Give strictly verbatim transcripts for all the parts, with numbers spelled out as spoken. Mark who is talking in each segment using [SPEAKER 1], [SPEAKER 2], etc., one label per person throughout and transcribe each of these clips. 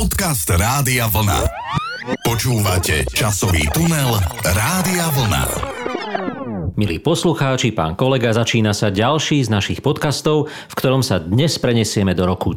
[SPEAKER 1] Podcast Rádia Vlna. Počúvate časový tunel Rádia Vlna.
[SPEAKER 2] Milí poslucháči, pán kolega, začína sa ďalší z našich podcastov, v ktorom sa dnes prenesieme do roku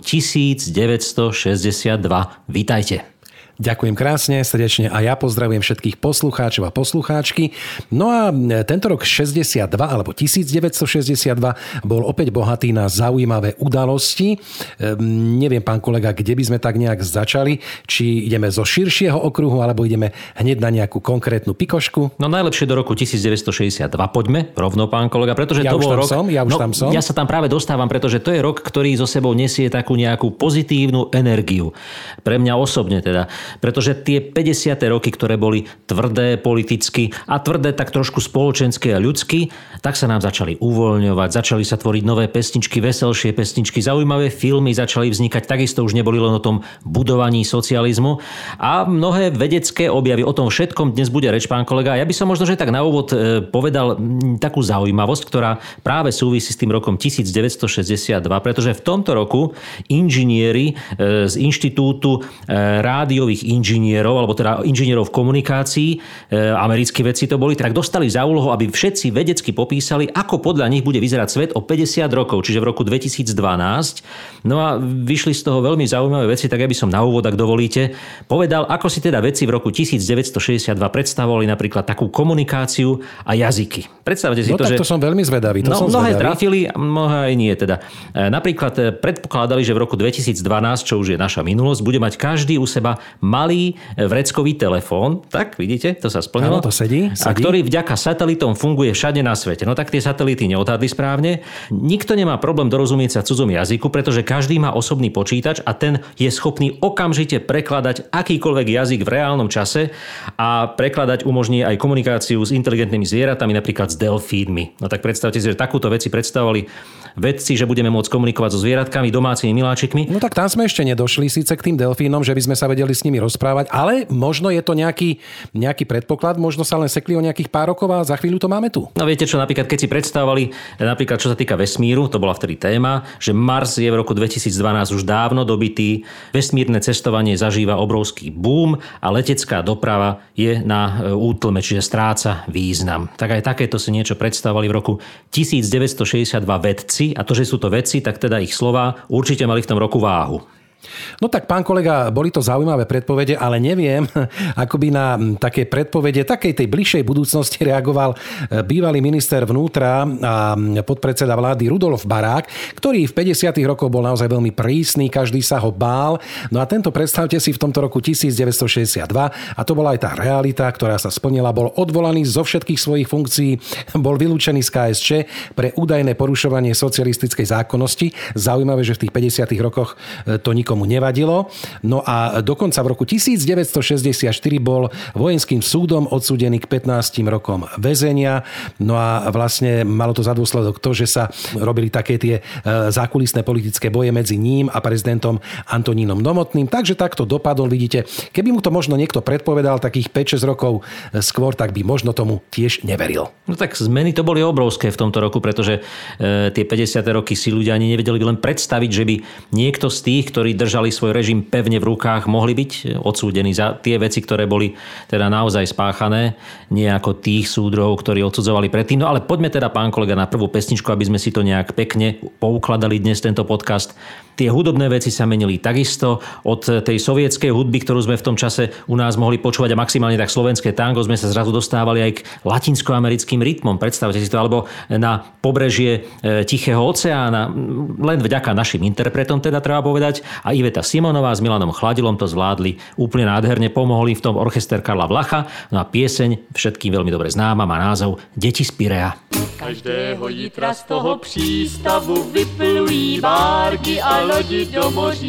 [SPEAKER 2] devätnásťstošesťdesiatdva. Vítajte.
[SPEAKER 3] Ďakujem krásne, srdečne a ja pozdravujem všetkých poslucháčov a poslucháčky. No a tento rok šesťdesiatdva alebo devätnásťstošesťdesiatdva bol opäť bohatý na zaujímavé udalosti. Ehm, neviem, pán kolega, kde by sme tak nejak začali, či ideme zo širšieho okruhu alebo ideme hneď na nejakú konkrétnu pikošku.
[SPEAKER 2] No najlepšie do roku devätnásťstošesťdesiatdva. Poďme rovno, pán kolega, pretože
[SPEAKER 3] ja
[SPEAKER 2] to bol
[SPEAKER 3] tam
[SPEAKER 2] rok...
[SPEAKER 3] Som, ja už
[SPEAKER 2] no,
[SPEAKER 3] tam som.
[SPEAKER 2] Ja sa tam práve dostávam, pretože to je rok, ktorý zo sebou nesie takú nejakú pozitívnu energiu. Pre mňa osobne teda. Pretože tie päťdesiate roky, ktoré boli tvrdé politicky a tvrdé tak trošku spoločensky a ľudsky, tak sa nám začali uvoľňovať, začali sa tvoriť nové pesničky, veselšie pesničky, zaujímavé filmy začali vznikať, takisto už neboli len o tom budovaní socializmu a mnohé vedecké objavy. O tom všetkom dnes bude reč, pán kolega. Ja by som možno, že tak na úvod povedal takú zaujímavosť, ktorá práve súvisí s tým rokom devätnásťstošesťdesiatdva, pretože v tomto roku inžinieri z Inštitútu rádiových inžinierov, alebo teda inžinierov v komunikácii, e, americkí vedci to boli, tak dostali za úlohu, aby všetci vedecky popísali, ako podľa nich bude vyzerať svet o päťdesiat rokov, čiže v roku dvetisícdvanásť. No a vyšli z toho veľmi zaujímavé veci, tak ja by som na úvod, ak dovolíte, povedal, ako si teda vedci v roku devätnásťstošesťdesiatdva predstavovali napríklad takú komunikáciu a jazyky. Predstavte si
[SPEAKER 3] no,
[SPEAKER 2] to,
[SPEAKER 3] že...
[SPEAKER 2] že...
[SPEAKER 3] to som veľmi zvedavý. To
[SPEAKER 2] no,
[SPEAKER 3] som
[SPEAKER 2] mnohé
[SPEAKER 3] zvedavý.
[SPEAKER 2] trafili, mnohé aj nie teda. E, napríklad predpokladali, že v roku dvetisícdvanásť, čo už je naša minulosť, bude mať každý u seba malý vreckový telefón, tak vidíte, to sa splnilo.
[SPEAKER 3] Áno, to sedí, sedí.
[SPEAKER 2] A ktorý vďaka satelitom funguje všade na svete. No tak tie satelity neodhadli správne. Nikto nemá problém dorozumieť sa cudzom jazyku, pretože každý má osobný počítač a ten je schopný okamžite prekladať akýkoľvek jazyk v reálnom čase a prekladať umožní aj komunikáciu s inteligentnými zvieratami, napríklad s delfínmi. No tak predstavte si, že takúto veci predstavovali vedci, že budeme môcť komunikovať so zvieratkami, domácimi miláčikmi.
[SPEAKER 3] No tak tam sme ešte nedošli síce k tým delfínom, že by sme sa vedeli s nimi rozprávať, ale možno je to nejaký, nejaký predpoklad, možno sa len sekli o nejakých pár rokov a za chvíľu to máme tu.
[SPEAKER 2] No viete čo, napríklad keď si predstavovali, napríklad čo sa týka vesmíru, to bola vtedy téma, že Mars je v roku dvetisícdvanásť už dávno dobitý, vesmírne cestovanie zažíva obrovský boom a letecká doprava je na útlme, čiže stráca význam. Tak aj takéto si niečo predstavovali v roku devätnásťstošesťdesiatdva vedci a to, že sú to vedci, tak teda ich slová určite mali v tom roku váhu.
[SPEAKER 3] No tak, pán kolega, boli to zaujímavé predpovede, ale neviem, ako by na také predpovede takej tej bližšej budúcnosti reagoval bývalý minister vnútra a podpredseda vlády Rudolf Barák, ktorý v päťdesiatych rokoch bol naozaj veľmi prísny, každý sa ho bál. No a tento, predstavte si, v tomto roku devätnásťstošesťdesiatdva, a to bola aj tá realita, ktorá sa splnila, bol odvolaný zo všetkých svojich funkcií, bol vylúčený z ká es čé pre údajné porušovanie socialistickej zákonnosti. Zaujímavé, že v tých päťdesiatych rokoch to nikomu mu nevadilo. No a dokonca v roku devätnásťstošesťdesiatštyri bol vojenským súdom odsúdený k pätnástim rokom väzenia. No a vlastne malo to za dôsledok to, že sa robili také tie zákulisné politické boje medzi ním a prezidentom Antonínom Novotným. Takže takto dopadol, vidíte. Keby mu to možno niekto predpovedal takých päť šesť rokov skôr, tak by možno tomu tiež neveril.
[SPEAKER 2] No tak zmeny to boli obrovské v tomto roku, pretože e, tie päťdesiate roky si ľudia ani nevedeli len predstaviť, že by niekto z tých, ktorí držali svoj režim pevne v rukách, mohli byť odsúdení za tie veci, ktoré boli teda naozaj spáchané, nie ako tých súdrov, ktorí odsudzovali predtým. No ale poďme teda, pán kolega, na prvú pesničku, aby sme si to nejak pekne poukladali dnes tento podcast. Tie hudobné veci sa menili takisto. Od tej sovietskej hudby, ktorú sme v tom čase u nás mohli počúvať a maximálne tak slovenské tango, sme sa zrazu dostávali aj k latinskoamerickým rytmom. Predstavte si to, alebo na pobrežie Tichého oceána. Len vďaka našim interpretom teda treba povedať. A Iveta Simonová s Milanom Chladilom to zvládli úplne nádherne. Pomohli v tom orchester Karla Vlacha. No a pieseň všetkým veľmi dobre známa, má názov Deti z Pirea.
[SPEAKER 4] Každého jitra z toho přístavu vyplují bárky a lodi do moří.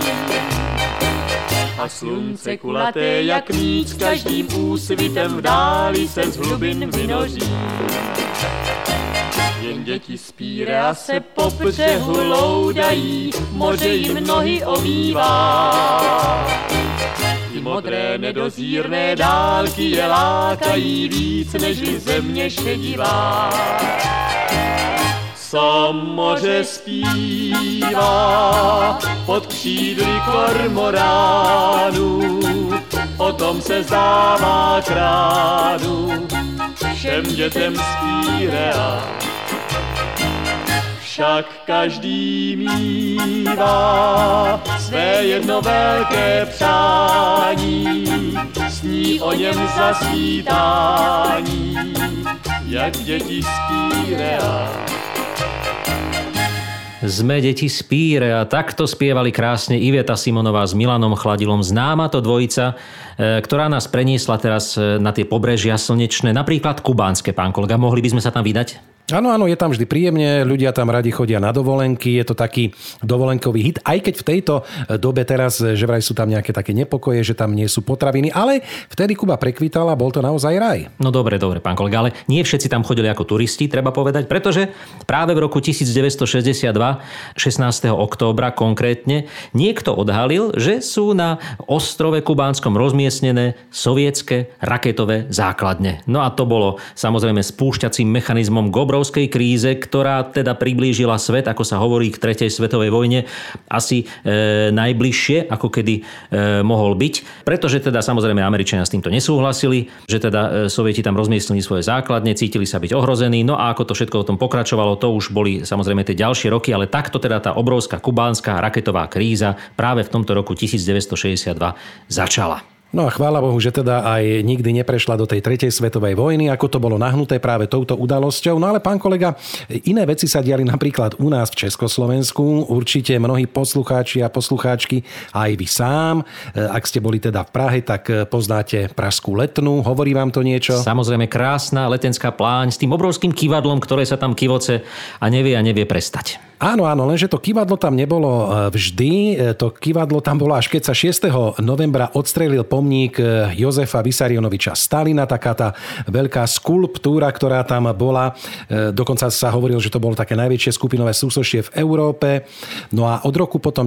[SPEAKER 4] A slunce kulaté jak míč, každým úsvitem v dáli se z hlubin vynoří. Jen děti z Pirea se po břehu loudají, moře jim nohy omývá. Ty modré nedozírné dálky je lákají víc než země šedivá. Sam moře zpívá pod křídly kormorán. potom se zdává krádu všem dětem z Pírea. Však každý mívá své jedno velké přání, sní o něm zasvítání, jak děti z Pírea.
[SPEAKER 2] Sme deti z Pírea, takto spievali krásne Iveta Simonová s Milanom Chladilom. Známa to dvojica, ktorá nás preniesla teraz na tie pobrežia slnečné, napríklad kubánske, pán kolega. Mohli by sme sa tam vydať?
[SPEAKER 3] Áno, áno, je tam vždy príjemne, ľudia tam radi chodia na dovolenky, je to taký dovolenkový hit, aj keď v tejto dobe teraz, že vraj sú tam nejaké také nepokoje, že tam nie sú potraviny, ale vtedy Kuba prekvitala, bol to naozaj raj.
[SPEAKER 2] No dobre, dobre, pán kolega, ale nie všetci tam chodili ako turisti, treba povedať, pretože práve v roku devätnásťstošesťdesiatdva, šestnásteho októbra konkrétne, niekto odhalil, že sú na ostrove kubánskom rozmiestnené sovietske raketové základne. No a to bolo samozrejme spúšťacím mechanizmom k obrovskej kríze, ktorá teda priblížila svet, ako sa hovorí, k tretej svetovej vojne asi e, najbližšie, ako kedy e, mohol byť. Pretože teda samozrejme Američania s týmto nesúhlasili, že teda e, Sovieti tam rozmiestnili svoje základne, cítili sa byť ohrození. No a ako to všetko o tom pokračovalo, to už boli samozrejme tie ďalšie roky, ale takto teda tá obrovská kubánska raketová kríza práve v tomto roku devätnásťstošesťdesiatdva začala.
[SPEAKER 3] No a chvála Bohu, že teda aj nikdy neprešla do tej tretej svetovej vojny, ako to bolo nahnuté práve touto udalosťou. No ale pán kolega, iné veci sa diali napríklad u nás v Československu. Určite mnohí poslucháči a poslucháčky, aj vy sám, ak ste boli teda v Prahe, tak poznáte Pražskú Letnú. Hovorí vám to niečo?
[SPEAKER 2] Samozrejme krásna letenská pláň s tým obrovským kývadlom, ktoré sa tam kyvoce a nevie a nevie prestať.
[SPEAKER 3] Áno, áno, lenže to kývadlo tam nebolo vždy. To kývadlo tam bolo, až keď sa šiesteho novembra odstrelil pomník Jozefa Vysarionoviča Stalina, taká tá veľká skulptúra, ktorá tam bola. Dokonca sa hovorilo, že to bolo také najväčšie skupinové súsošie v Európe. No a od roku potom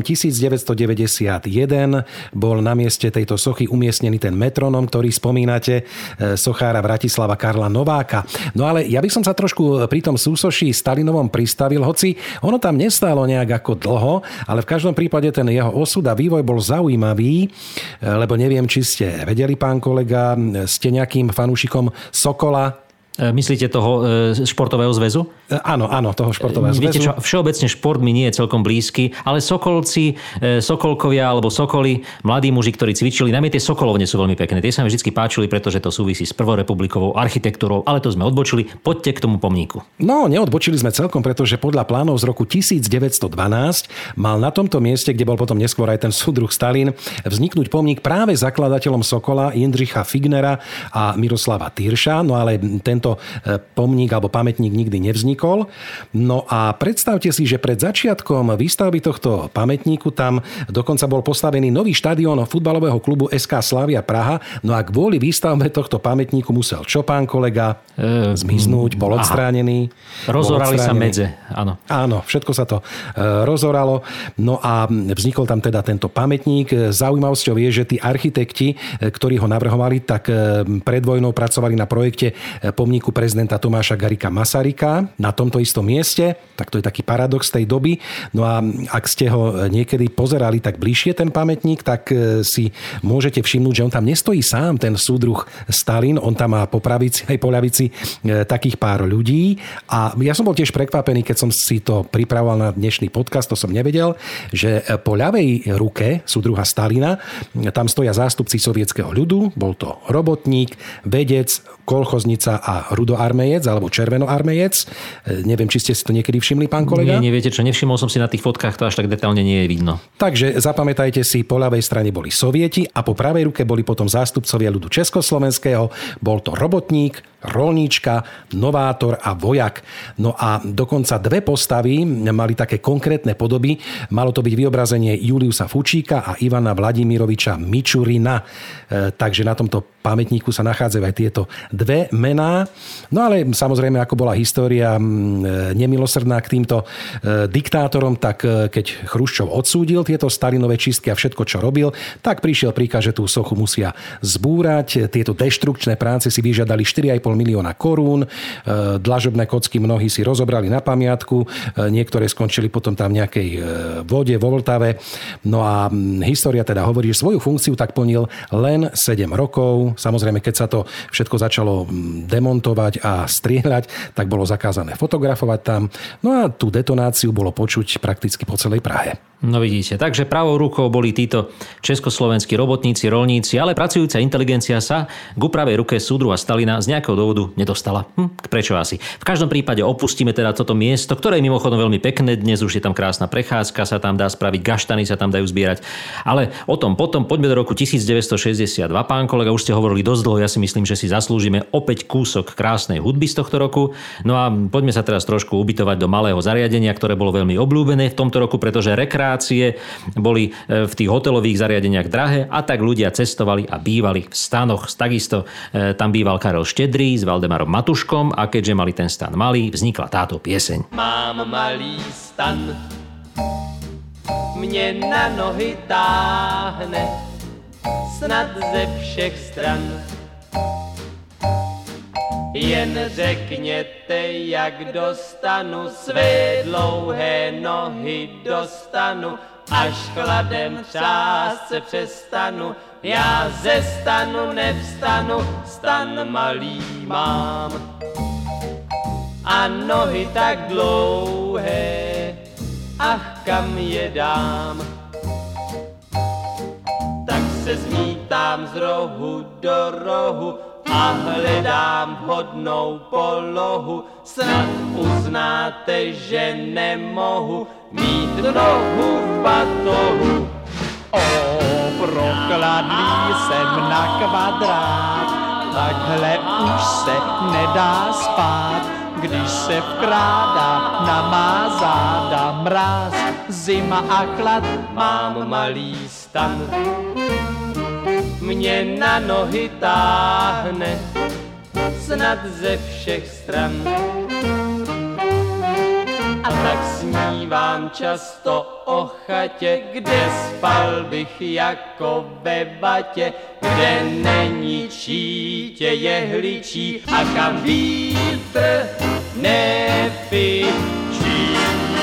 [SPEAKER 3] devätnásťstodeväťdesiatjeden bol na mieste tejto sochy umiestnený ten metronom, ktorý spomínate, sochára Vratislava Karla Nováka. No ale ja by som sa trošku pri tom súsoší Stalinovom pristavil, hoci ono tam nestálo nejak ako dlho, ale v každom prípade ten jeho osud a vývoj bol zaujímavý, lebo neviem, či ste vedeli, pán kolega, ste nejakým fanúšikom Sokola?
[SPEAKER 2] Myslíte toho športového zväzu?
[SPEAKER 3] Áno, áno, toho športového zväzu.
[SPEAKER 2] Viete čo, všeobecne šport mi nie je celkom blízky, ale Sokolci, Sokolkovia alebo Sokoly, mladí muži, ktorí cvičili, najmä tie Sokolovne sú veľmi pekné. Tie sa mi vždy páčili, pretože to súvisí s prvorepublikovou architektúrou, ale to sme odbočili. Poďte k tomu pomníku.
[SPEAKER 3] No, neodbočili sme celkom, pretože podľa plánov z roku devätnásťstodvanásť mal na tomto mieste, kde bol potom neskôr aj ten súdruh Stalin, vzniknúť pomník práve zakladateľom Sokola Jindřicha Fignera a Miroslava Tyrša. No ale tento pomník alebo pamätník nikdy nevznikol. No a predstavte si, že pred začiatkom výstavby tohto pamätníku tam dokonca bol postavený nový štadión futbalového klubu es ká Slavia Praha. No a kvôli výstavbe tohto pamätníku musel čo, pán kolega? E, zmiznúť, bol odstránený.
[SPEAKER 2] Rozorali sa medze, áno.
[SPEAKER 3] Áno, všetko sa to rozoralo. No a vznikol tam teda tento pamätník. Zaujímavosťou je, že tí architekti, ktorí ho navrhovali, tak pred vojnou pracovali na projekte pomníku prezidenta Tomáša Garrigua Masaryka na tomto istom mieste. Tak to je taký paradox tej doby. No a ak ste ho niekedy pozerali tak bližšie ten pamätník, tak si môžete všimnúť, že on tam nestojí sám, ten súdruh Stalin. On tam má po pravici aj po ľavici takých pár ľudí. A ja som bol tiež prekvapený, keď som si to pripravoval na dnešný podcast, to som nevedel, že po ľavej ruke súdruha Stalina tam stoja zástupci sovietskeho ľudu. Bol to robotník, vedec, kolchoznica a rudoarmejec alebo červenoarmejec. Neviem, či ste si to niekedy všimli, pán kolega?
[SPEAKER 2] Nie, neviete čo, nevšimol som si na tých fotkách, to až tak detailne nie je vidno.
[SPEAKER 3] Takže zapamätajte si, po ľavej strane boli Sovieti a po pravej ruke boli potom zástupcovia ľudu československého. Bol to robotník, rolníčka, novátor a vojak. No a dokonca dve postavy mali také konkrétne podoby. Malo to byť vyobrazenie Juliusa Fučíka a Ivana Vladimiroviča Mičurina. E, takže na tomto pamätníku sa nachádzajú aj tieto dve mená. No ale samozrejme, ako bola história nemilosrdná k týmto diktátorom, tak keď Chruščov odsúdil tieto Stalinové čistky a všetko, čo robil, tak prišiel príkaz, že tú sochu musia zbúrať. Tieto deštrukčné práce si vyžiadali štyri a pol pol milióna korún. Dlažobné kocky mnohí si rozobrali na pamiatku, niektoré skončili potom tam v nejakej vode vo Vltave. No a história teda hovorí, že svoju funkciu tak plnil len sedem rokov. Samozrejme, keď sa to všetko začalo demontovať a strieľať, tak bolo zakázané fotografovať tam. No a tú detonáciu bolo počuť prakticky po celej Prahe.
[SPEAKER 2] No vidíte, takže pravou rukou boli títo československí robotníci, roľníci, ale pracujúca inteligencia sa k pravej ruke súdruha Stalina z nejakého dôvodu nedostala. Hm, prečo asi? V každom prípade opustíme teda toto miesto, ktoré je mimochodom veľmi pekné, dnes už je tam krásna prechádzka, sa tam dá spraviť, gaštany sa tam dajú zbierať. Ale o tom potom, poďme do roku devätnásťstošesťdesiatdva, pán kolega, už ste hovorili dosť dlho, ja si myslím, že si zaslúžime opäť kúsok krásnej hudby z tohto roku. No a poďme sa teraz trošku ubytovať do malého zariadenia, ktoré bolo veľmi obľúbené v tomto roku, pretože rekreácie boli v tých hotelových zariadeniach drahé a tak ľudia cestovali a bývali v stanoch. Takisto tam býval Karel Štedrý s Valdemarom Matuškom a keďže mali ten stan malý, vznikla táto pieseň.
[SPEAKER 4] Mám malý stan, mne na nohy táhne, snad ze všech stran. Jen řekněte, jak dostanu své dlouhé nohy dostanu, až chladem třást se přestanu. Já ze stanu nevstanu, stan malý mám a nohy tak dlouhé, ach kam je dám. Tak se zmítám z rohu do rohu a hledám vhodnou polohu, snad uznáte, že nemohu mít nohu v batohu.
[SPEAKER 5] O, prokladlý jsem na kvadrát, takhle už se nedá spát, když se vkrádá na má záda mráz, zima a chlad.
[SPEAKER 4] Mám malý stan, mě na nohy táhne, snad ze všech stran. A tak snívám často o chatě, kde spal bych jako ve batě, kde není čítě jehličí a kam vítr nepičí.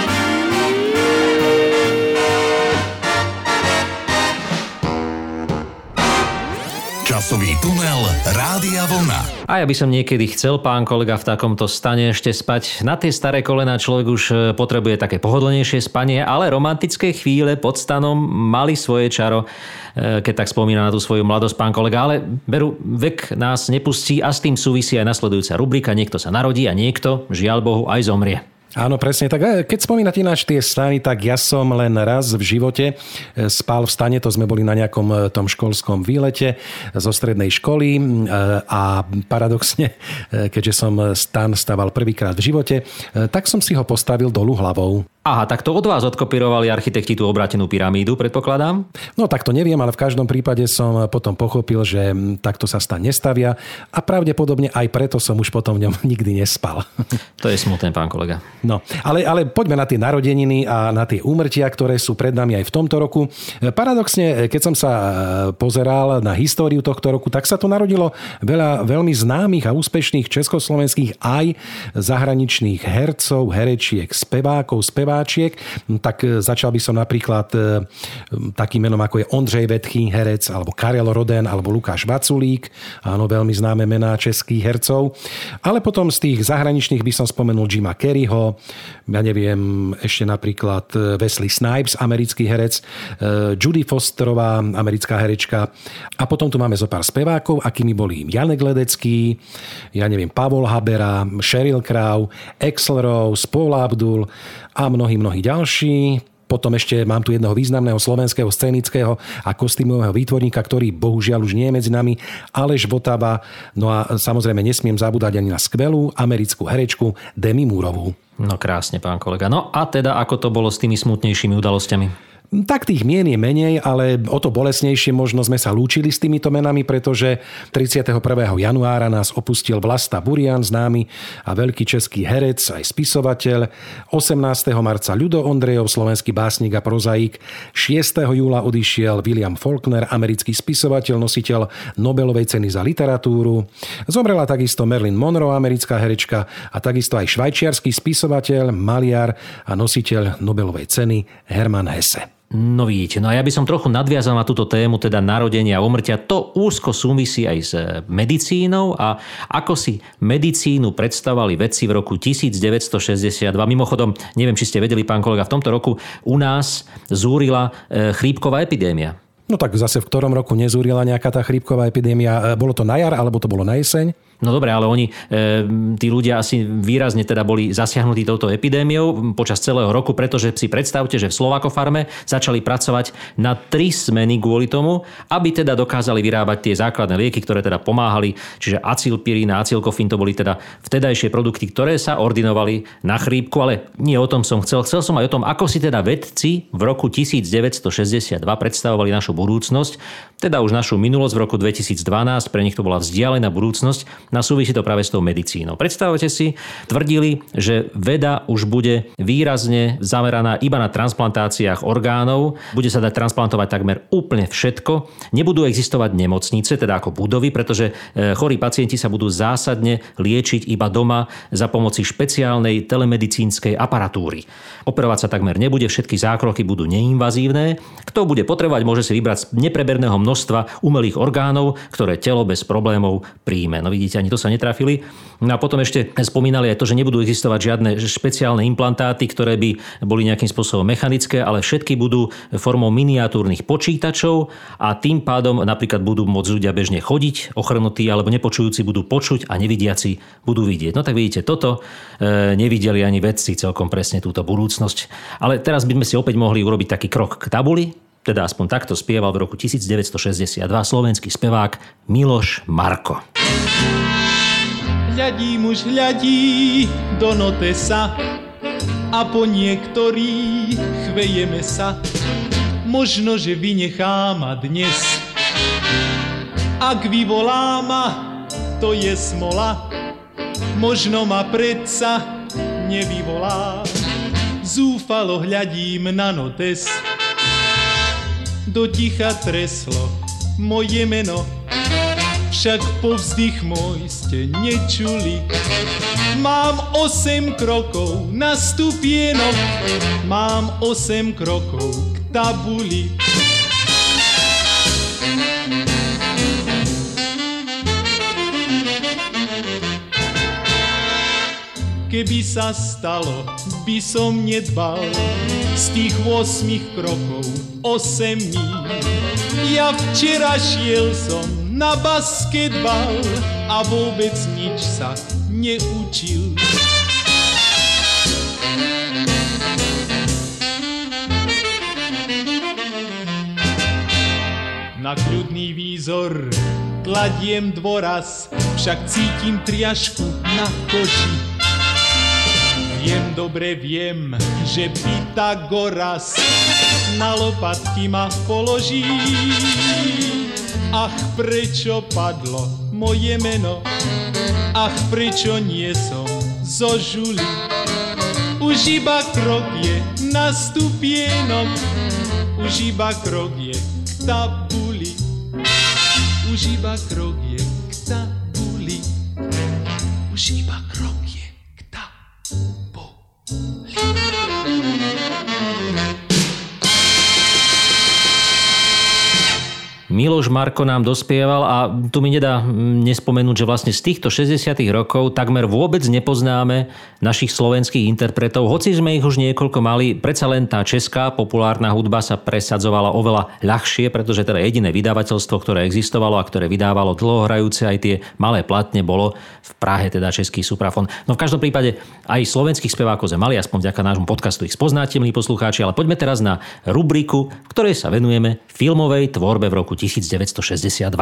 [SPEAKER 1] Časový tunel Rádia Vlna.
[SPEAKER 2] A ja by som niekedy chcel, pán kolega, v takomto stane ešte spať. Na tie staré kolená človek už potrebuje také pohodlnejšie spanie, ale romantické chvíle pod stanom mali svoje čaro, keď tak spomína na tú svoju mladosť, pán kolega. Ale veru, vek nás nepustí a s tým súvisí aj nasledujúca rubrika. Niekto sa narodí a niekto, žiaľ Bohu, aj zomrie.
[SPEAKER 3] Áno, presne tak. Keď spomínate ináč tie stany, tak ja som len raz v živote spal v stane, to sme boli na nejakom tom školskom výlete zo strednej školy a paradoxne, keďže som stan staval prvýkrát v živote, tak som si ho postavil dolu hlavou.
[SPEAKER 2] Aha, tak to od vás odkopírovali architekti tú obrátenú pyramídu, predpokladám?
[SPEAKER 3] No tak to neviem, ale v každom prípade som potom pochopil, že takto sa stan nestavia a pravdepodobne aj preto som už potom v ňom nikdy nespal.
[SPEAKER 2] To je smutné, pán kolega.
[SPEAKER 3] No, ale, ale poďme na tie narodeniny a na tie úmrtia, ktoré sú pred nami aj v tomto roku. Paradoxne, keď som sa pozeral na históriu tohto roku, tak sa tu narodilo veľa veľmi známych a úspešných československých aj zahraničných hercov, herečiek, spevákov, spevákov. Tak začal by som napríklad takým menom ako je Ondřej Vetchý, herec, alebo Karel Roden, alebo Lukáš Vaculík, áno, veľmi známe mená českých hercov. Ale potom z tých zahraničných by som spomenul Jima Carreyho, ja neviem, ešte napríklad Wesley Snipes, americký herec, Judy Fosterová, americká herečka. A potom tu máme zo pár spevákov, akými boli Janek Ledecký, ja neviem, Pavol Habera, Sheryl Crow, Axl Rose, Paul Abdul a mnohí, mnohí ďalší. Potom ešte mám tu jedného významného slovenského scénického a kostýmového výtvorníka, ktorý bohužiaľ už nie je medzi nami, Aleš Votava. No a samozrejme nesmiem zabúdať ani na skvelú americkú herečku Demi Moorovú.
[SPEAKER 2] No krásne, pán kolega. No a teda ako to bolo s tými smutnejšími udalosťami?
[SPEAKER 3] Tak tých mien je menej, ale o to bolesnejšie možno sme sa lúčili s týmito menami, pretože tridsiateho prvého januára nás opustil Vlasta Burian, známy a veľký český herec, aj spisovateľ. osemnásteho marca Ľudo Ondrejov, slovenský básnik a prozaik. šiesteho júla odišiel William Faulkner, americký spisovateľ, nositeľ Nobelovej ceny za literatúru. Zomrela takisto Marilyn Monroe, americká herečka, a takisto aj švajčiarsky spisovateľ, maliar a nositeľ Nobelovej ceny Hermann Hesse.
[SPEAKER 2] No vidíte, no a ja by som trochu nadviazal na túto tému, teda narodenia a úmrtia. To úzko súvisí aj s medicínou a ako si medicínu predstavovali vedci v roku devätnásťstošesťdesiatdva. Mimochodom, neviem, či ste vedeli, pán kolega, v tomto roku u nás zúrila chrípková epidémia.
[SPEAKER 3] No tak zase v ktorom roku nezúrila nejaká tá chrípková epidémia? Bolo to na jar, alebo to bolo na jeseň?
[SPEAKER 2] No dobre, ale oni, e, tí ľudia asi výrazne teda boli zasiahnutí touto epidémiou počas celého roku, pretože si predstavte, že v Slovakofarme začali pracovať na tri smeny kvôli tomu, aby teda dokázali vyrábať tie základné lieky, ktoré teda pomáhali, čiže acylpirín a acylkofín, to boli teda vtedajšie produkty, ktoré sa ordinovali na chrípku, ale nie o tom som chcel. Chcel som aj o tom, ako si teda vedci v roku devätnásťstošesťdesiatdva predstavovali našu budúcnosť, teda už našu minulosť v roku dvetisícdvanásť, pre nich to bola vzdialená budúcnosť. Na súvisí to práve s tou medicínou. Predstavte si, tvrdili, že veda už bude výrazne zameraná iba na transplantáciách orgánov, bude sa dať transplantovať takmer úplne všetko, nebudú existovať nemocnice, teda ako budovy, pretože chorí pacienti sa budú zásadne liečiť iba doma za pomoci špeciálnej telemedicínskej aparatúry. Operovať sa takmer nebude, všetky zákroky budú neinvazívne. Kto bude potrebovať, môže si vybrať z nepreberného množstva umelých orgánov, ktoré telo bez problémov príjme. No vidíte, ani to sa netrafili. No a potom ešte spomínali aj to, že nebudú existovať žiadne špeciálne implantáty, ktoré by boli nejakým spôsobom mechanické, ale všetky budú formou miniatúrnych počítačov a tým pádom napríklad budú môcť ľudia bežne chodiť, ochrnutí alebo nepočujúci budú počuť a nevidiaci budú vidieť. No tak vidíte, toto e, nevideli ani vedci celkom presne túto budúcnosť. Ale teraz by sme si opäť mohli urobiť taký krok k tabuli. Teda aspoň takto spieval v roku devätnásťstošesťdesiatdva slovenský spevák Miloš Marko.
[SPEAKER 5] Hľadím už hľadí do notesa a po niektorých chvejeme sa. Možno, že vynechá ma dnes. Ak vyvolá ma, to je smola. Možno ma predsa nevyvolá. Zúfalo hľadím na notes. Do ticha treslo moje meno, však povzdych môj ste nečuli. Mám osem krokov na stupienok, mám osem krokov k tabuli. Keby sa stalo, by som nedbal z tých osmých krokov osem míľ. Ja včera šiel som na basketbal a vôbec nič sa neučil. Na kľudný výzor kladiem dôraz, však cítim triašku na koži. Viem, dobre viem, že Pythagoras na lopatky ma položí. Ach, prečo padlo moje meno? Ach, prečo nie som zo žuli? Už iba krok je na stupienok, už iba krok je k tabuli. Už iba krok je k tabuli, už iba krok je k tabuli.
[SPEAKER 2] Miloš Marko nám dospieval a tu mi nedá nespomenúť, že vlastne z týchto šesťdesiatych rokov takmer vôbec nepoznáme našich slovenských interpretov. Hoci sme ich už niekoľko mali, predsa len tá česká populárna hudba sa presadzovala oveľa ľahšie, pretože teda jediné vydavateľstvo, ktoré existovalo a ktoré vydávalo dlhohrajúce aj tie malé platne, bolo v Prahe, teda Český Suprafon. No v každom prípade aj slovenských spevákov sme mali, aspoň vďaka nášmu podcastu ich spoznáte, milí poslucháči, ale poďme teraz na rubriku, ktorej sa venujeme filmovej tvorbe v roku devätnásťstošesťdesiatdva.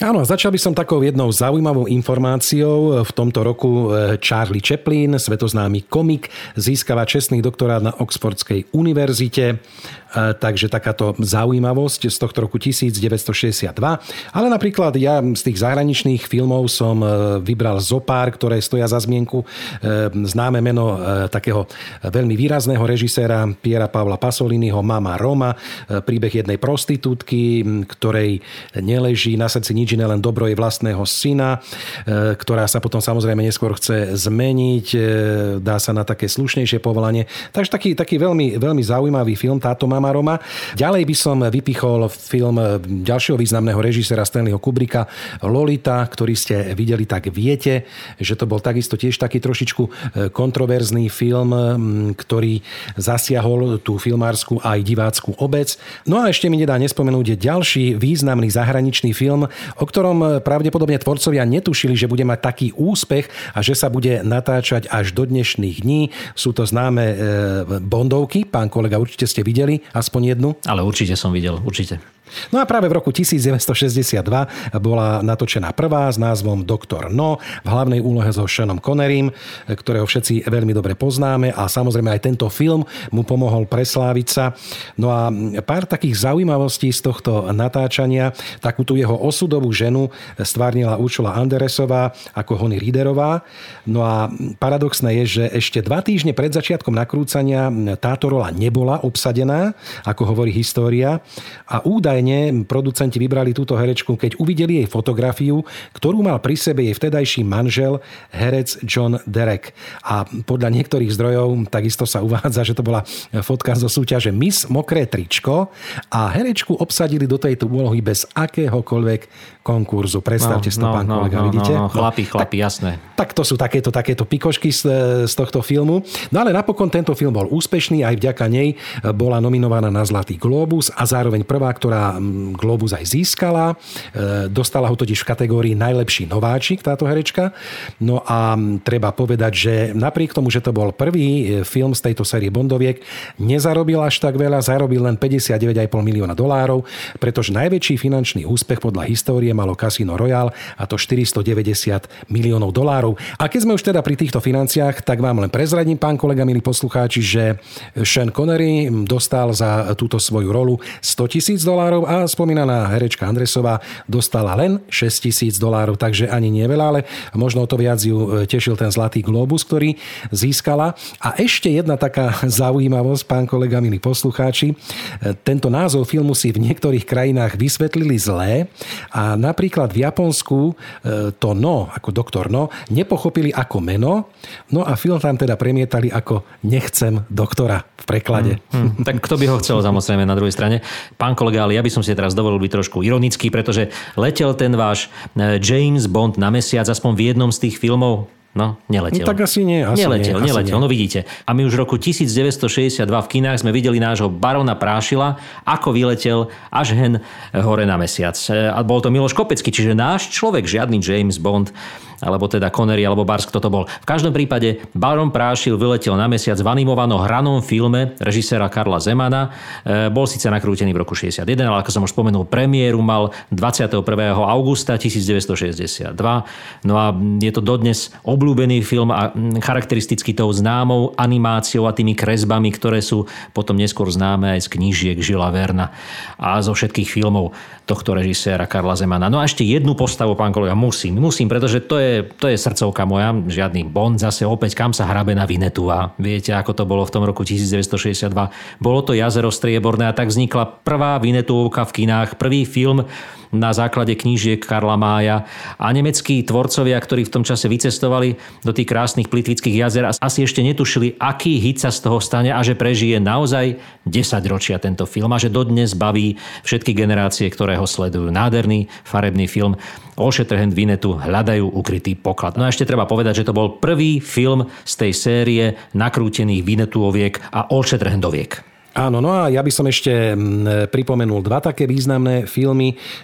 [SPEAKER 3] Áno, začal by som takou jednou zaujímavou informáciou. V tomto roku Charlie Chaplin, svetoznámy komik, získava čestný doktorát na Oxfordskej univerzite. Takže takáto zaujímavosť z tohto roku devätnásťstošesťdesiatdva. Ale napríklad ja z tých zahraničných filmov som vybral zopár, ktoré stoja za zmienku. Známe meno takého veľmi výrazného režiséra Piera Pavla Pasoliniho, Mama Roma, príbeh jednej prostitútky, ktorej neleží na srdci nič iné, len dobro jej vlastného syna, ktorá sa potom samozrejme neskôr chce zmeniť, dá sa na také slušnejšie povolanie. Takže taký, taký veľmi, veľmi zaujímavý film táto Mama Roma. Ďalej by som vypichol film ďalšieho významného režisera Stanleyho Kubricka Lolita, ktorý ste videli, tak viete, že to bol takisto tiež taký trošičku kontroverzný film, ktorý zasiahol tú filmárskú aj divácku obec. No a ešte mi nedá nespomenúť ďalší významný zahraničný film, o ktorom pravdepodobne tvorcovia netušili, že bude mať taký úspech a že sa bude natáčať až do dnešných dní. Sú to známe Bondovky, pán kolega, určite ste videli aspoň jednu.
[SPEAKER 2] Ale určite som videl, určite.
[SPEAKER 3] No a práve v roku devätnásťstošesťdesiatdva bola natočená prvá s názvom Doktor No, v hlavnej úlohe so Seanom Connerym, ktorého všetci veľmi dobre poznáme a samozrejme aj tento film mu pomohol presláviť sa. No a pár takých zaujímavostí z tohto natáčania, takú tú jeho osudovú ženu stvárnila Ursula Andresová ako Honey Riederová. No a paradoxné je, že ešte dva týždne pred začiatkom nakrúcania táto rola nebola obsadená, ako hovorí história, a údaj producenti vybrali túto herečku, keď uvideli jej fotografiu, ktorú mal pri sebe jej vtedajší manžel, herec John Derek. A podľa niektorých zdrojov takisto sa uvádza, že to bola fotka zo súťaže Miss Mokré tričko a herečku obsadili do tejto úlohy bez akéhokoľvek konkurzu. Predstavte si to, no, pán no, kolega,
[SPEAKER 2] no,
[SPEAKER 3] vidíte?
[SPEAKER 2] No, no, chlapi, chlapi,
[SPEAKER 3] tak,
[SPEAKER 2] jasné.
[SPEAKER 3] Tak to sú takéto, takéto pikošky z, z tohto filmu. No ale napokon tento film bol úspešný, aj vďaka nej bola nominovaná na Zlatý glóbus a zároveň prvá, ktorá Globus aj získala. Dostala ho totiž v kategórii najlepší nováčik táto herečka. No a treba povedať, že napriek tomu, že to bol prvý film z tejto série Bondoviek, nezarobil až tak veľa, zarobil len päťdesiatdeväť celá päť milióna dolárov, pretože najväčší finančný úspech podľa histórie malo Casino Royale a to štyristodeväťdesiat miliónov dolárov. A keď sme už teda pri týchto financiách, tak vám len prezradím, pán kolega, milí poslucháči, že Sean Connery dostal za túto svoju rolu stotisíc dolárov a spomínaná herečka Andresová dostala len šesťtisíc dolárov, takže ani nie veľa, ale možno o to viac ju tešil ten Zlatý glóbus, ktorý získala. A ešte jedna taká zaujímavosť, pán kolega, milí poslucháči. Tento názov filmu si v niektorých krajinách vysvetlili zlé a napríklad v Japonsku to No, ako doktor No, nepochopili ako meno, no a film tam teda premietali ako Nechcem doktora v preklade.
[SPEAKER 2] Hmm, hmm. Tak kto by ho chcel, samozrejme, na druhej strane. Pán kolega, ale ja by som si teraz dovolil byť trošku ironický, pretože letel ten váš James Bond na mesiac aspoň v jednom z tých filmov. No, neletel.
[SPEAKER 3] No, tak asi nie. Asi
[SPEAKER 2] neletel,
[SPEAKER 3] nie,
[SPEAKER 2] neletel.
[SPEAKER 3] nie.
[SPEAKER 2] No vidíte. A my už v roku devätnásťstošesťdesiatdva v kinách sme videli nášho barona Prášila, ako vyletel až hen hore na mesiac. A bol to Miloš Kopecký, čiže náš človek, žiadny James Bond, alebo teda Connery, alebo Bars, kto to bol. V každom prípade baron Prášil vyletel na mesiac v animovanom hranom filme režiséra Karla Zemana. E, bol síce nakrútený v roku šesťdesiatjeden, ale ako som už spomenul, premiéru mal dvadsiateho prvého augusta devätnásťstošesťdesiatdva. No a je to dodnes obľúbený film a charakteristicky tou známou animáciou a tými kresbami, ktoré sú potom neskôr známe aj z knížiek Žila Verna a zo všetkých filmov tohto režiséra Karla Zemana. No a ešte jednu postavu, pán kolega, musím, musím, pretože to je, to je srdcovka moja, žiadny Bond, zase opäť kam sa hrabe na Vinetua. Viete, ako to bolo v tom roku devätnásťstošesťdesiatdva. Bolo to Jazero strieborné a tak vznikla prvá Vinetuovka v kinách, prvý film na základe knížiek Karla Mája a nemeckí tvorcovia, ktorí v tom čase vycestovali do tých krásnych Plitvických jazer, asi ešte netušili, aký hit sa z toho stane a že prežije naozaj desaťročia tento film a že dodnes baví všetky generácie, ktoré ho sledujú. Nádherný farebný film All Shatterhand Winnetou hľadajú ukrytý poklad. No a ešte treba povedať, že to bol prvý film z tej série nakrútených Winnetouoviek a All Shatterhandoviek.
[SPEAKER 3] Áno, no a ja by som ešte pripomenul dva také významné filmy.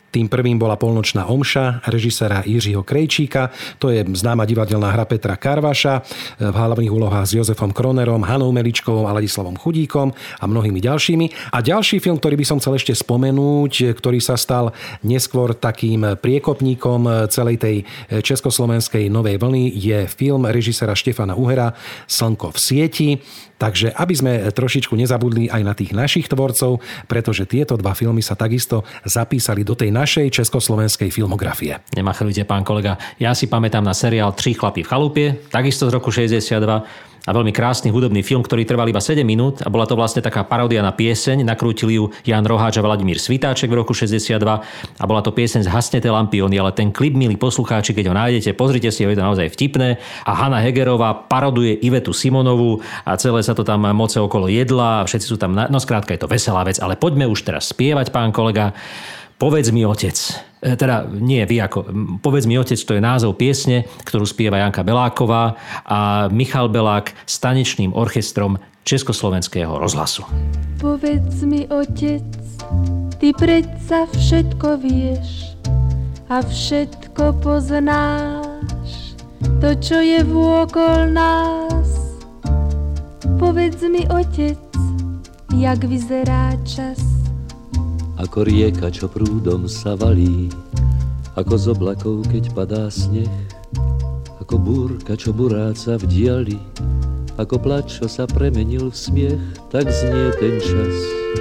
[SPEAKER 3] Tým prvým bola Polnočná omša režiséra Jiřího Krejčíka. To je známa divadelná hra Petra Karvaša v hlavných úlohách s Jozefom Kronerom, Hanou Meličkovou a Ladislavom Chudíkom a mnohými ďalšími. A ďalší film, ktorý by som chcel ešte spomenúť, ktorý sa stal neskôr takým priekopníkom celej tej československej novej vlny, je film režiséra Štefana Uhera Slnko v sieti. Takže aby sme trošičku nezabudli aj na tých našich tvorcov, pretože tieto dva filmy sa takisto zapísali do tej našej československej filmografie.
[SPEAKER 2] Nemachrujte, pán kolega. Ja si pamätám na seriál Tri chlapi v chalupie, takisto z roku šesťdesiatdva. A veľmi krásny hudobný film, ktorý trval iba sedem minút a bola to vlastne taká paródia na pieseň. Nakrútili ju Jan Roháč a Vladimír Svitáček v roku šesťdesiatdva a bola to pieseň Zhasnete lampiony, ale ten klip, milí poslucháči, keď ho nájdete, pozrite si ho, je to naozaj vtipné. A Hana Hegerová paroduje Ivetu Simonovú a celé sa to tam moce okolo jedla a všetci sú tam, no skrátka je to veselá vec, ale poďme už teraz spievať, pán kolega. Povedz mi, otec. Teda nie vy ako. Povedz mi, otec, to je názov piesne, ktorú spieva Janka Beláková a Michal Belák s tanečným orchestrom Československého rozhlasu.
[SPEAKER 6] Povedz mi, otec, ty predsa všetko vieš a všetko poznáš, to, čo je vôkol nás. Povedz mi, otec, jak vyzerá čas.
[SPEAKER 7] Ako rieka, čo prúdom sa valí, ako z oblakov, keď padá sneh, ako búrka, čo buráca v diali, ako plač, čo sa premenil v smiech, tak znie ten čas,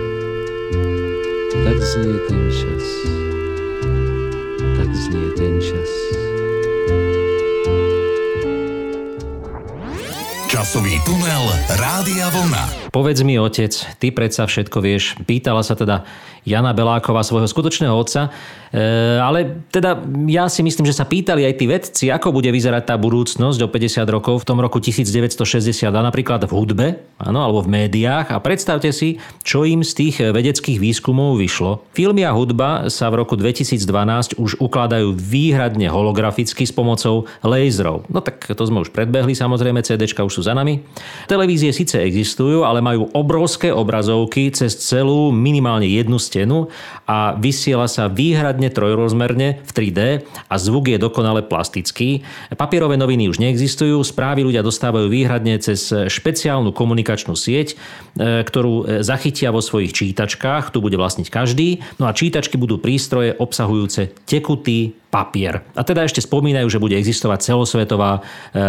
[SPEAKER 7] tak znie ten čas, tak znie ten čas.
[SPEAKER 1] Časový tunel Rádia Vlna.
[SPEAKER 2] Povedz mi, otec, ty predsa všetko vieš. Pýtala sa teda Jana Beláková svojho skutočného otca. E, ale teda ja si myslím, že sa pýtali aj tí vedci, ako bude vyzerať tá budúcnosť o päťdesiat rokov v tom roku devätnásťstošesťdesiatdva, napríklad v hudbe, áno, alebo v médiách. A predstavte si, čo im z tých vedeckých výskumov vyšlo. Filmy a hudba sa v roku dvetisícdvanásť už ukladajú výhradne holograficky s pomocou laserov. No tak to sme už predbehli, samozrejme, CDčka už sú za nami. Televízie síce existujú, ale majú obrovské obrazovky cez celú minimálne jednu stenu a vysiela sa výhradne trojrozmerne v tri dé a zvuk je dokonale plastický. Papierové noviny už neexistujú, správy ľudia dostávajú výhradne cez špeciálnu komunikačnú sieť, ktorú zachytia vo svojich čítačkách, tu bude vlastniť každý. No a čítačky budú prístroje obsahujúce tekutý papier. A teda ešte spomínajú, že bude existovať celosvetová e,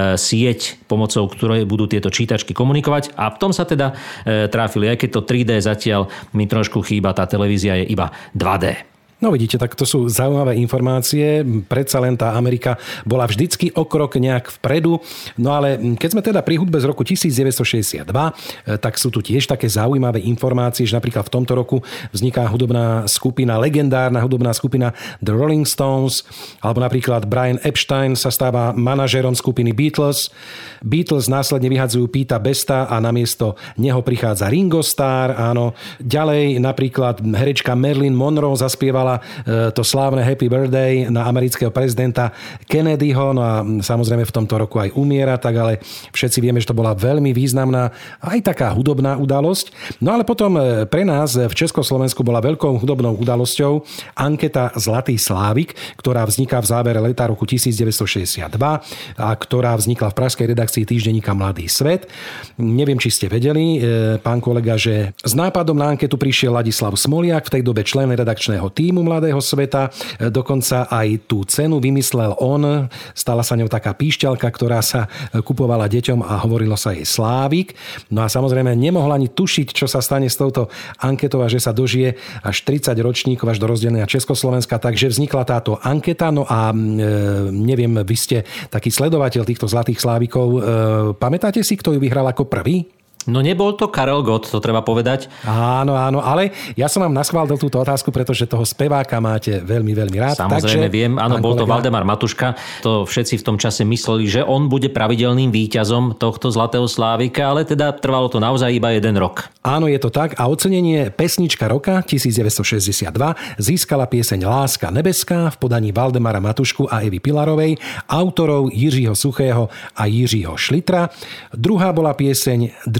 [SPEAKER 2] sieť, pomocou ktorej budú tieto čítačky komunikovať. A v tom sa teda e, tráfili, aj keď to tri dé zatiaľ mi trošku chýba, tá televízia je iba dva dé.
[SPEAKER 3] No vidíte, tak to sú zaujímavé informácie. Predsa len tá Amerika bola vždycky o krok nejak vpredu. No ale keď sme teda pri hudbe z roku devätnásťstošesťdesiatdva, tak sú tu tiež také zaujímavé informácie, že napríklad v tomto roku vzniká hudobná skupina, legendárna hudobná skupina The Rolling Stones, alebo napríklad Brian Epstein sa stáva manažérom skupiny Beatles. Beatles následne vyhadzujú Peta Besta a namiesto neho prichádza Ringo Starr, áno. Ďalej napríklad herečka Marilyn Monroe zaspievala to slávne Happy Birthday na amerického prezidenta Kennedyho, no a samozrejme v tomto roku aj umiera, tak ale všetci vieme, že to bola veľmi významná aj taká hudobná udalosť. No ale potom pre nás v Československu bola veľkou hudobnou udalosťou anketa Zlatý Slávik, ktorá vzniká v závere leta roku devätnásťstošesťdesiatdva a ktorá vznikla v pražskej redakcii týždenníka Mladý svet. Neviem, či ste vedeli, pán kolega, že s nápadom na anketu prišiel Ladislav Smoliak, v tej dobe člen redakčného tímu Mladého sveta. Dokonca aj tú cenu vymyslel on. Stala sa ňou taká píšťalka, ktorá sa kupovala deťom a hovorilo sa jej Slávik. No a samozrejme nemohla ani tušiť, čo sa stane s touto anketou a že sa dožije až tridsať ročníkov až do rozdelenia Československa. Takže vznikla táto anketa. No a e, neviem, vy ste taký sledovateľ týchto Zlatých Slávikov. E, pamätáte si, kto ju vyhral ako prvý?
[SPEAKER 2] No nebol to Karel Gott, to treba povedať.
[SPEAKER 3] Áno, áno, ale ja som vám naschválil túto otázku, pretože toho speváka máte veľmi, veľmi rád.
[SPEAKER 2] Samozrejme,
[SPEAKER 3] takže,
[SPEAKER 2] viem, áno, bol
[SPEAKER 3] kolega...
[SPEAKER 2] to Valdemar Matuška. To všetci v tom čase mysleli, že on bude pravidelným víťazom tohto Zlatého Slávika, ale teda trvalo to naozaj iba jeden rok.
[SPEAKER 3] Áno, je to tak a ocenenie Pesnička roka devätnásťstošesťdesiatdva získala pieseň Láska nebeská v podaní Valdemara Matušku a Evy Pilarovej, autorov Jiřího Suchého a Jiřího Šlitra. Druhá bola pieseň Drží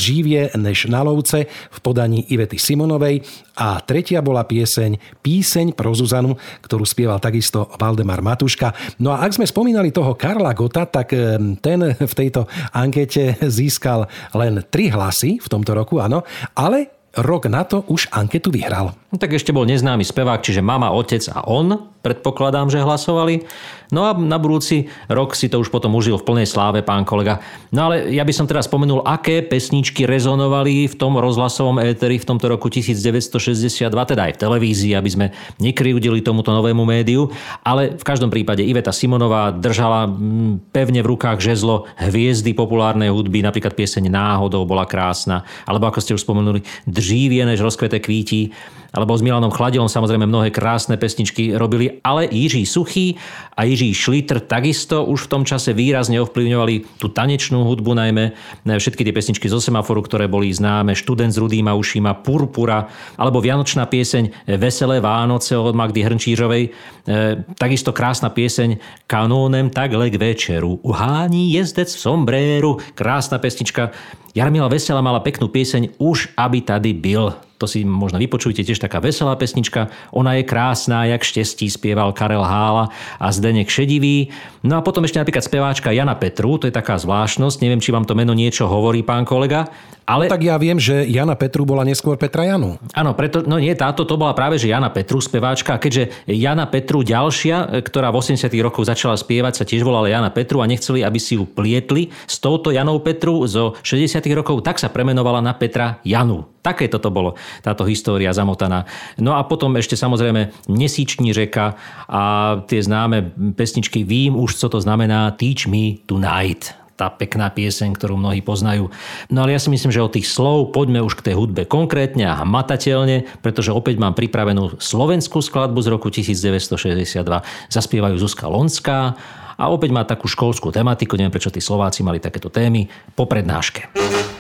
[SPEAKER 3] Džívie než na lovce v podaní Ivety Simonovej a tretia bola pieseň Píseň pro Zuzanu, ktorú spieval takisto Valdemar Matuška. No a ak sme spomínali toho Karla Gotta, tak ten v tejto ankete získal len tri hlasy v tomto roku, áno, ale rok na to už anketu vyhral.
[SPEAKER 2] No, tak ešte bol neznámy spevák, čiže mama, otec a on, predpokladám, že hlasovali. No a na budúci rok si to už potom užil v plnej sláve, pán kolega. No ale ja by som teraz spomenul, aké pesničky rezonovali v tom rozhlasovom éteri v tomto roku devätnásťstošesťdesiatdva, teda aj v televízii, aby sme nekryjúdili tomuto novému médiu. Ale v každom prípade Iveta Simonová držala pevne v rukách žezlo hviezdy populárnej hudby, napríklad pieseň Náhodou bola krásna, alebo ako ste už spomenuli, Džívie než rozkvete kvítí, alebo s Milanom Chladilom samozrejme mnohé krásne pesničky robili, ale Jiří Suchý a Jiří Šlitr takisto už v tom čase výrazne ovplyvňovali tú tanečnú hudbu, najmä všetky tie pesničky zo Semaforu, ktoré boli známe, Študent s rudýma ušima, Purpura, alebo vianočná pieseň Veselé Vánoce od Magdy Hrnčířovej, e, takisto krásna pieseň Kanónem takhle k večeru uhání jezdec v sombréru, krásna pesnička. Jarmila Veselá mala peknú pieseň Už aby tady byl. To si možno vypočujte, tiež taká veselá pesnička. Ona je krásná, jak štestí, spieval Karel Hála a Zdeněk Šedivý. No a potom ešte napríklad speváčka Jana Petru, to je taká zvláštnosť. Neviem, či vám to meno niečo hovorí, pán kolega. Ale...
[SPEAKER 3] Tak ja viem, že Jana Petru bola neskôr Petra Janu.
[SPEAKER 2] Áno, preto, no nie, táto to bola práve, že Jana Petru, speváčka. A keďže Jana Petru ďalšia, ktorá v osemdesiatych rokoch začala spievať, sa tiež volala Jana Petru a nechceli, aby si ju plietli s touto Janou Petru zo šesťdesiatych rokov, tak sa premenovala na Petra Janu. Také toto bolo, táto história zamotaná. No a potom ešte samozrejme Měsíční řeka a tie známe pesničky Vím už, co to znamená Teach me tonight. Tá pekná pieseň, ktorú mnohí poznajú. No ale ja si myslím, že od tých slov poďme už k tej hudbe konkrétne a hmatateľne, pretože opäť mám pripravenú slovenskú skladbu z roku devätnásťstošesťdesiatdva. Zaspievajú Zuzka Lonská a opäť má takú školskú tematiku, neviem prečo tí Slováci mali takéto témy, po prednáške.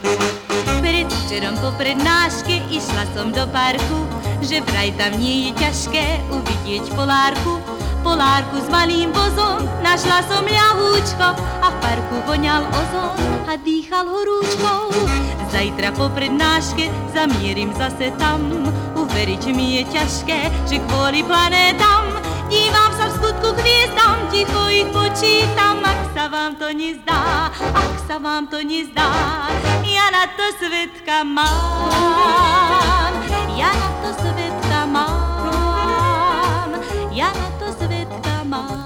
[SPEAKER 8] Včerom po prednáške išla som do parku, že vraj tam nie je ťažké uvidieť polárku. Polárku s malým vozom, našla som ľahúčko a v parku voňal ozon a dýchal horúčkou. Zajtra po prednáške zamierim zase tam, uveriť mi je ťažké, že kvôli planétam dívam sa v skutku hviezdam, ticho ich počítam, ak sa vám to nezdá, ak sa vám to nezdá. Ja na to svetka mám, ja na to svetka mám, ja na to svetka mám.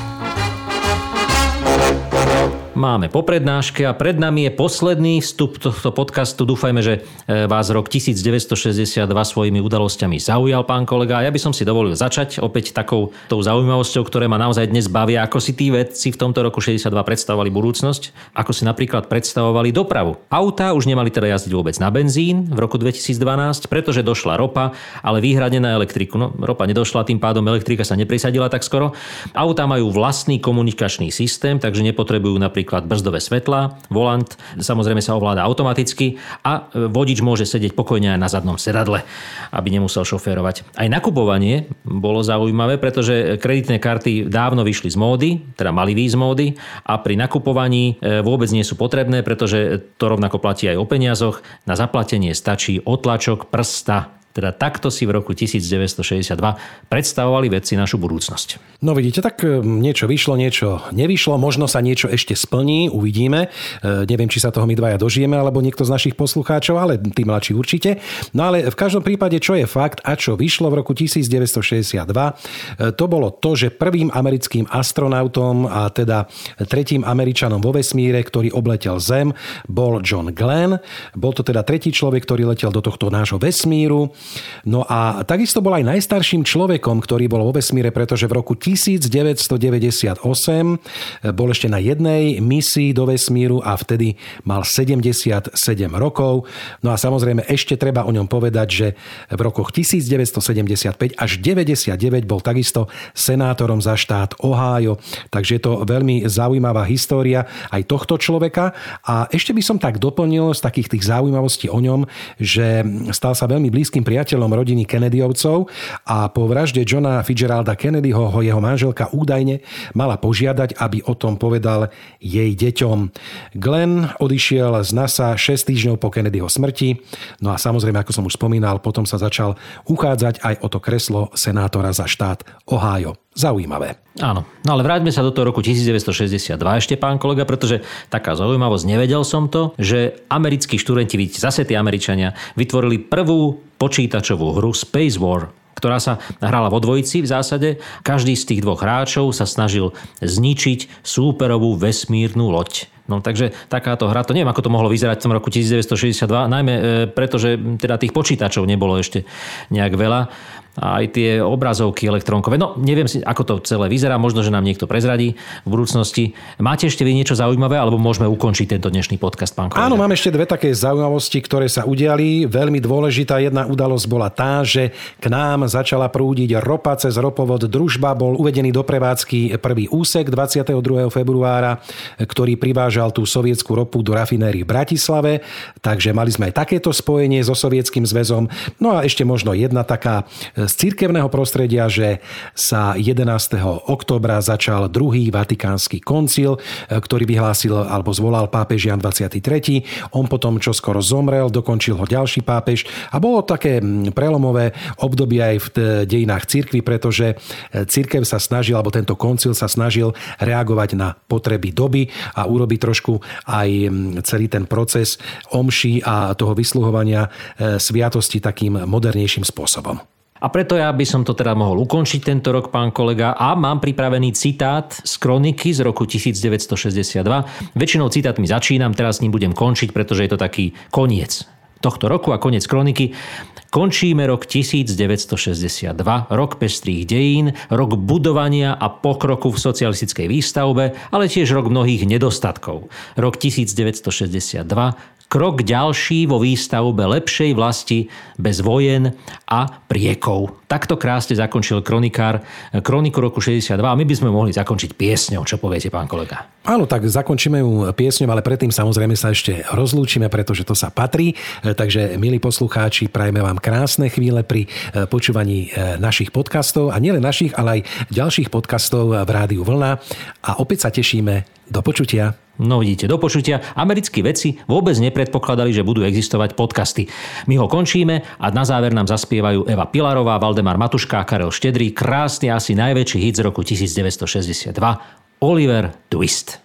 [SPEAKER 2] Máme po prednáške a pred nami je posledný vstup tohto podcastu. Dúfajme, že vás rok devätnásťstošesťdesiatdva svojimi udalosťami zaujal, pán kolega. Ja by som si dovolil začať opäť takou tou zaujímavosťou, ktoré ma naozaj dnes bavia, ako si tí vedci v tomto roku šesťdesiatdva predstavovali budúcnosť, ako si napríklad predstavovali dopravu. Autá už nemali teda jazdiť vôbec na benzín v roku dvetisícdvanásť, pretože došla ropa, ale výhradne na elektriku. No, ropa nedošla, tým pádom elektrika sa nepresadila tak skoro. Autá majú vlastný komunikačný systém, takže nepotrebujú napríklad brzdové svetlá, volant samozrejme sa ovláda automaticky a vodič môže sedieť pokojne aj na zadnom sedadle, aby nemusel šoférovať. Aj nakupovanie bolo zaujímavé, pretože kreditné karty dávno vyšli z módy, teda mali výjsť z módy a pri nakupovaní vôbec nie sú potrebné, pretože to rovnako platí aj o peniazoch. Na zaplatenie stačí otlačok prsta. Teda takto si v roku devätnásťstošesťdesiatdva predstavovali vedci našu budúcnosť.
[SPEAKER 3] No vidíte, tak niečo vyšlo, niečo nevyšlo, možno sa niečo ešte splní, uvidíme. E, neviem, či sa toho my dvaja dožijeme, alebo niekto z našich poslucháčov, ale tí mladší určite. No ale v každom prípade, čo je fakt a čo vyšlo v roku devätnásťstošesťdesiatdva, e, to bolo to, že prvým americkým astronautom a teda tretím Američanom vo vesmíre, ktorý obletel Zem, bol John Glenn. Bol to teda tretí človek, ktorý letel do tohto nášho vesmíru. No a takisto bol aj najstarším človekom, ktorý bol vo vesmíre, pretože v roku devätnásťstodeväťdesiatosem bol ešte na jednej misii do vesmíru a vtedy mal sedemdesiatsedem rokov. No a samozrejme ešte treba o ňom povedať, že v rokoch devätnásťstosedemdesiatpäť až deväťdesiatdeväť bol takisto senátorom za štát Ohio. Takže je to veľmi zaujímavá história aj tohto človeka. A ešte by som tak doplnil z takých tých zaujímavostí o ňom, že stal sa veľmi blízkym priateľom rodiny Kennedyovcov a po vražde Johna Fitzgeralda Kennedyho ho jeho manželka údajne mala požiadať, aby o tom povedal jej deťom. Glenn odišiel z NASA šesť týždňov po Kennedyho smrti, no a samozrejme, ako som už spomínal, potom sa začal uchádzať aj o to kreslo senátora za štát Ohio. Zaujímavé.
[SPEAKER 2] Áno, no ale vráťme sa do toho roku devätnásťstošesťdesiatdva ešte, pán kolega, pretože taká zaujímavosť, nevedel som to, že americkí študenti, vidíte, zase tí Američania, vytvorili prvú počítačovú hru Space War, ktorá sa hrala vo dvojici v zásade. Každý z tých dvoch hráčov sa snažil zničiť súperovú vesmírnu loď. No takže takáto hra, to neviem, ako to mohlo vyzerať v tom roku devätnásťstošesťdesiatdva, najmä e, pretože teda tých počítačov nebolo ešte nejak veľa. A aj tie obrazovky elektrónkové. No, neviem si, ako to celé vyzerá. Možno, že nám niekto prezradí v budúcnosti. Máte ešte vy niečo zaujímavé, alebo môžeme ukončiť tento dnešný podcast, pán kolega?
[SPEAKER 3] Áno, mám ešte dve také zaujímavosti, ktoré sa udiali. Veľmi dôležitá jedna udalosť bola tá, že k nám začala prúdiť ropa cez ropovod Družba. Bol uvedený do prevádzky prvý úsek dvadsiateho druhého februára, ktorý privážal tú sovietsku ropu do rafinérie v Bratislave. Takže mali sme aj takéto spojenie so Sovietským zväzom. No a ešte možno jedna taká z cirkevného prostredia, že sa jedenásteho októbra začal druhý vatikánsky koncil, ktorý vyhlásil alebo zvolal pápež Jan dvadsiaty tretí On potom čoskoro zomrel, dokončil ho ďalší pápež a bolo také prelomové obdobie aj v dejinách cirkvi, pretože cirkev sa snažil, alebo tento koncil sa snažil reagovať na potreby doby a urobiť trošku aj celý ten proces omší a toho vysluhovania sviatosti takým modernejším spôsobom.
[SPEAKER 2] A preto ja by som to teda mohol ukončiť tento rok, pán kolega. A mám pripravený citát z kroniky z roku devätnásťstošesťdesiatdva. Väčšinou citátmi začínam, teraz s ním budem končiť, pretože je to taký koniec tohto roku a koniec kroniky. Končíme rok devätnásťstošesťdesiatdva, rok pestrých dejín, rok budovania a pokroku v socialistickej výstavbe, ale tiež rok mnohých nedostatkov. Rok devätnásťstošesťdesiatdva, krok ďalší vo výstavbe lepšej vlasti bez vojen a priekov. Takto krásne zakončil kronikár kroniku roku šesťdesiatdva a my by sme mohli zakončiť piesňou. Čo poviete, pán kolega?
[SPEAKER 3] Áno, tak zakončíme ju piesňou, ale predtým samozrejme sa ešte rozlúčime, pretože to sa patrí. Takže, milí poslucháči, prajme vám krásne chvíle pri počúvaní našich podcastov a nielen našich, ale aj ďalších podcastov v Rádiu Vlna a opäť sa tešíme. Do počutia.
[SPEAKER 2] No vidíte, do počutia. Americkí vedci vôbec nepredpokladali, že budú existovať podcasty. My ho končíme a na záver nám zaspievajú Eva Pilarová, Valdemar Matuška a Karel Štedrý. Krásny, asi najväčší hit z roku devätnásťstošesťdesiatdva. Oliver Twist.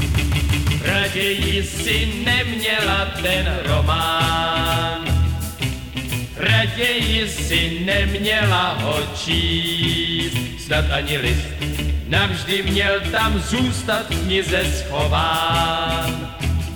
[SPEAKER 9] Raději si neměla ten román, raději si neměla ho číst, snad ani list. Navždy měl tam zůstat v knize schován.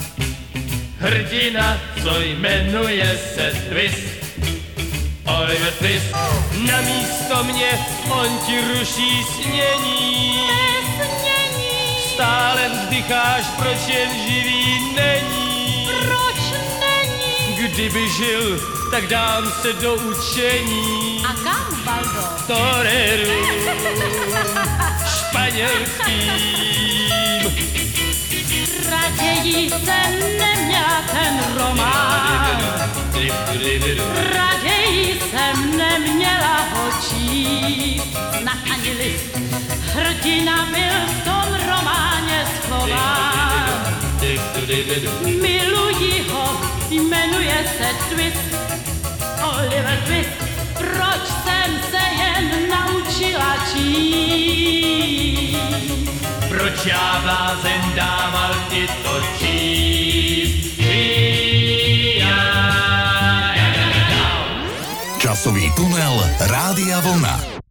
[SPEAKER 9] Hrdina, co jmenuje se Twist, Oliver Twist. Na místo mě on ti ruší snění.
[SPEAKER 8] Snění.
[SPEAKER 9] Stále vzdycháš, proč jen živý není.
[SPEAKER 8] Proč není?
[SPEAKER 9] Kdyby žil, tak dám se do učení.
[SPEAKER 8] A kam, Baldo?
[SPEAKER 9] Toreru španělským.
[SPEAKER 8] Raději jsem neměla ten román, raději jsem neměla ho číst, snad ani list. Hrdina byl v tom románě schován. Miluji ho, jmenuje se Twist, Oliver Twist. Proč jsem se jen naučila číst?
[SPEAKER 9] Proč já blázen dával ti to číst?
[SPEAKER 1] Časový tunel Rádia Vlna.